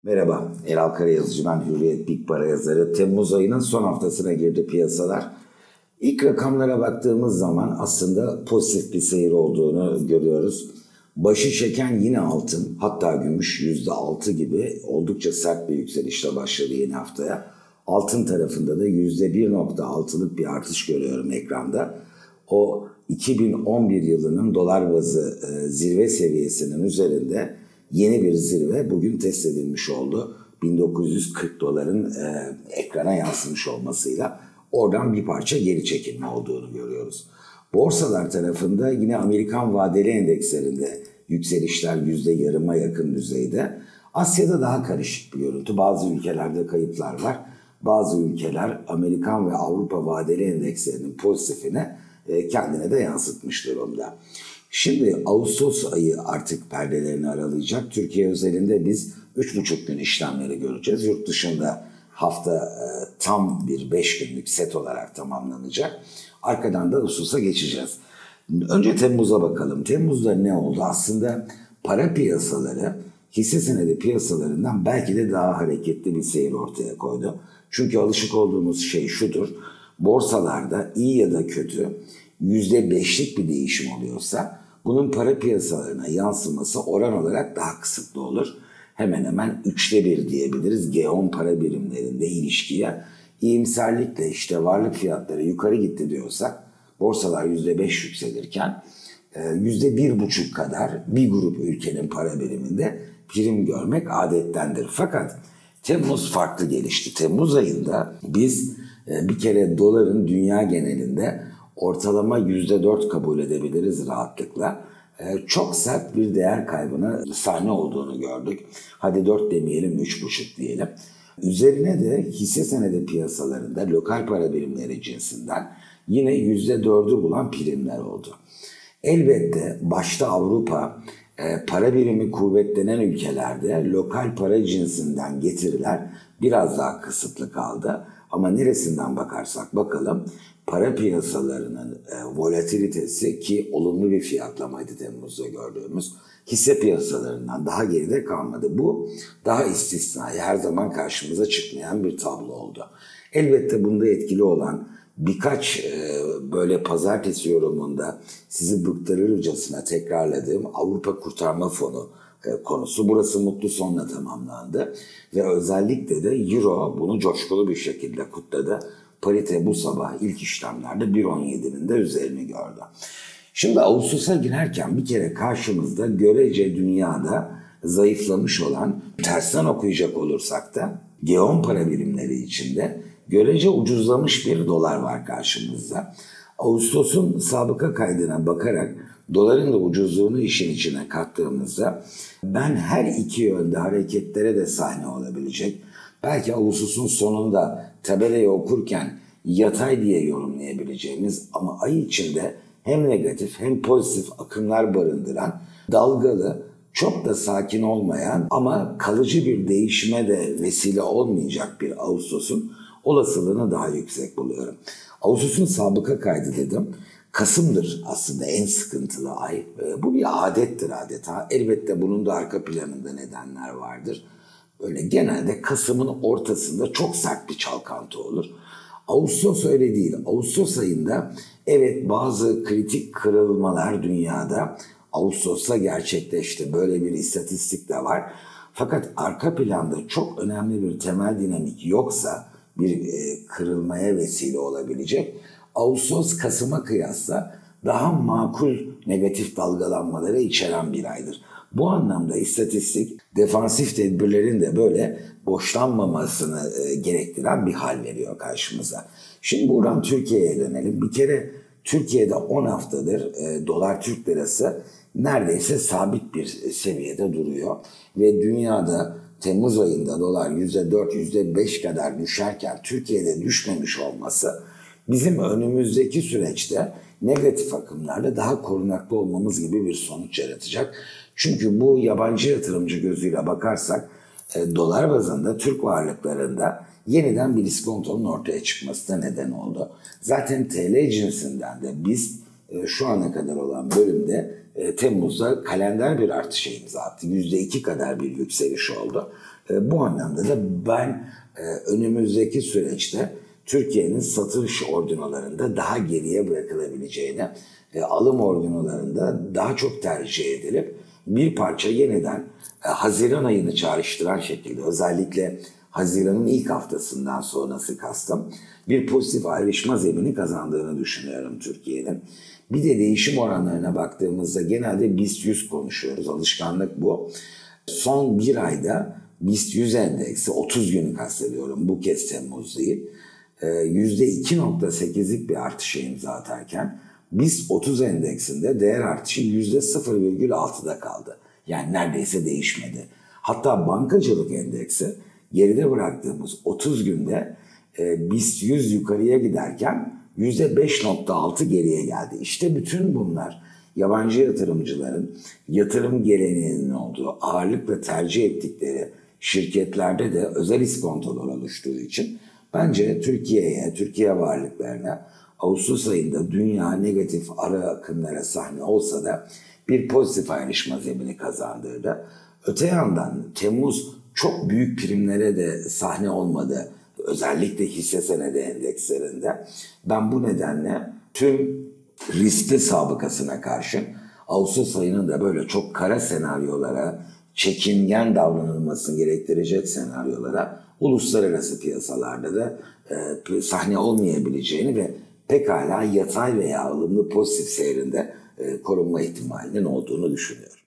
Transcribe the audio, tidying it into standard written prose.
Merhaba, Eral Karayazıcı, ben Hürriyet Big Para yazarı. Temmuz ayının son haftasına girdi piyasalar. İlk rakamlara baktığımız zaman aslında pozitif bir seyir olduğunu görüyoruz. Başı çeken yine altın, hatta gümüş %6 gibi oldukça sert bir yükselişle başladı yeni haftaya. Altın tarafında da %1.6'lık bir artış görüyorum ekranda. O 2011 yılının dolar bazı zirve seviyesinin üzerinde yeni bir zirve bugün test edilmiş oldu. 1940 doların ekrana yansımış olmasıyla oradan bir parça geri çekilme olduğunu görüyoruz. Borsalar tarafında yine Amerikan vadeli endekslerinde yükselişler %0,5'a yakın düzeyde. Asya'da daha karışık bir görüntü. Bazı ülkelerde kayıplar var. Bazı ülkeler Amerikan ve Avrupa vadeli endekslerinin pozitifini kendine de yansıtmış durumda. Şimdi Ağustos ayı artık perdelerini aralayacak. Türkiye özelinde biz 3,5 gün işlemleri göreceğiz. Yurt dışında hafta tam bir 5 günlük set olarak tamamlanacak. Arkadan da Ağustos'a geçeceğiz. Önce Temmuz'a bakalım. Temmuz'da ne oldu? Aslında para piyasaları hisse senedi piyasalarından belki de daha hareketli bir seyir ortaya koydu. Çünkü alışık olduğumuz şey şudur. Borsalarda iyi ya da kötü %5'lik bir değişim oluyorsa bunun para piyasalarına yansıması oran olarak daha kısıtlı olur. Hemen hemen 1/3 diyebiliriz G10 para birimlerinde ilişkiye. İyimserlikle işte varlık fiyatları yukarı gitti diyorsak borsalar %5 yükselirken %1,5 kadar bir grup ülkenin para biriminde prim görmek adettendir. Fakat Temmuz farklı gelişti. Temmuz ayında biz bir kere doların dünya genelinde ortalama %4 kabul edebiliriz rahatlıkla. Çok sert bir değer kaybına sahne olduğunu gördük. Hadi 4 demeyelim, 3,5 diyelim. Üzerine de hisse senedi piyasalarında lokal para birimleri cinsinden yine %4'ü bulan primler oldu. Elbette başta Avrupa para birimi kuvvetlenen ülkelerde lokal para cinsinden getiriler biraz daha kısıtlı kaldı. Ama neresinden bakarsak bakalım para piyasalarının volatilitesi ki olumlu bir fiyatlamaydı Temmuz'da gördüğümüz hisse piyasalarından daha geride kalmadı. Bu daha istisnai, her zaman karşımıza çıkmayan bir tablo oldu. Elbette bunda etkili olan birkaç böyle pazartesi yorumunda sizi bıktırırcasına tekrarladığım Avrupa Kurtarma Fonu konusu. Burası mutlu sonla tamamlandı ve özellikle de Euro bunu coşkulu bir şekilde kutladı. Parite bu sabah ilk işlemlerde 1.17'nin de üzerini gördü. Şimdi Ağustos'a girerken bir kere karşımızda görece dünyada zayıflamış olan, tersten okuyacak olursak da G10 para birimleri içinde görece ucuzlamış bir dolar var karşımızda. Ağustos'un sabıka kaydına bakarak doların da ucuzluğunu işin içine kattığımızda ben her iki yönde hareketlere de sahne olabilecek. Belki Ağustos'un sonunda tabelayı okurken yatay diye yorumlayabileceğimiz ama ay içinde hem negatif hem pozitif akımlar barındıran dalgalı, çok da sakin olmayan ama kalıcı bir değişime de vesile olmayacak bir Ağustos'un olasılığını daha yüksek buluyorum. Ağustos'un sabıka kaydı dedim. Kasım'dır aslında en sıkıntılı ay. Bu bir adettir adeta. Elbette bunun da arka planında nedenler vardır. Böyle genelde Kasım'ın ortasında çok sert bir çalkantı olur. Ağustos öyle değil. Ağustos ayında evet bazı kritik kırılmalar dünyada Ağustos'ta gerçekleşti. Böyle bir istatistik de var. Fakat arka planda çok önemli bir temel dinamik yoksa bir kırılmaya vesile olabilecek. Ağustos Kasım'a kıyasla daha makul negatif dalgalanmaları içeren bir aydır. Bu anlamda istatistik defansif tedbirlerin de böyle boşlanmamasını gerektiren bir hal veriyor karşımıza. Şimdi buradan Türkiye'ye dönelim. Bir kere Türkiye'de 10 haftadır dolar Türk lirası neredeyse sabit bir seviyede duruyor. Ve dünyada Temmuz ayında dolar %4, %5 kadar düşerken Türkiye'de düşmemiş olması bizim önümüzdeki süreçte negatif akımlarla daha korunaklı olmamız gibi bir sonuç yaratacak. Çünkü bu yabancı yatırımcı gözüyle bakarsak dolar bazında Türk varlıklarında yeniden bir iskontonun ortaya çıkmasına neden oldu. Zaten TL cinsinden de biz şu ana kadar olan bölümde Temmuz'da kalender bir artışa imza attı. %2 kadar bir yükseliş oldu. Bu anlamda da ben önümüzdeki süreçte Türkiye'nin satış ordinolarında daha geriye bırakılabileceğini, alım ordinolarında daha çok tercih edilip bir parça yeniden Haziran ayını çağrıştıran şekilde, özellikle Haziran'ın ilk haftasından sonrası kastım, bir pozitif ayrışma zemini kazandığını düşünüyorum Türkiye'nin. Bir de değişim oranlarına baktığımızda genelde BIST 100 konuşuyoruz. Alışkanlık bu. Son bir ayda BIST 100 endeksi, 30 günü kastediyorum, bu kez Temmuz değil, %2.8'lik bir artışa imza atarken BIST 30 endeksinde değer artışı %0,6'da kaldı. Yani neredeyse değişmedi. Hatta bankacılık endeksi geride bıraktığımız 30 günde BIST 100 yukarıya giderken %5.6 geriye geldi. İşte bütün bunlar yabancı yatırımcıların yatırım geleneğinin olduğu, ağırlıkla tercih ettikleri şirketlerde de özel iskontolar oluştuğu için bence Türkiye varlıklarına Ağustos ayında dünya negatif ara akımlara sahne olsa da bir pozitif ayrışma zemini kazandırdı. Öte yandan Temmuz çok büyük primlere de sahne olmadı. Özellikle hisse senedi endekslerinde. Ben bu nedenle tüm riskli sabıkasına karşı Ağustos ayının da böyle çok kara senaryolara, çekingen davranılmasını gerektirecek senaryolara uluslararası piyasalarda da sahne olmayabileceğini ve pekala yatay veya ılımlı pozitif seyrinde korunma ihtimalinin olduğunu düşünüyorum.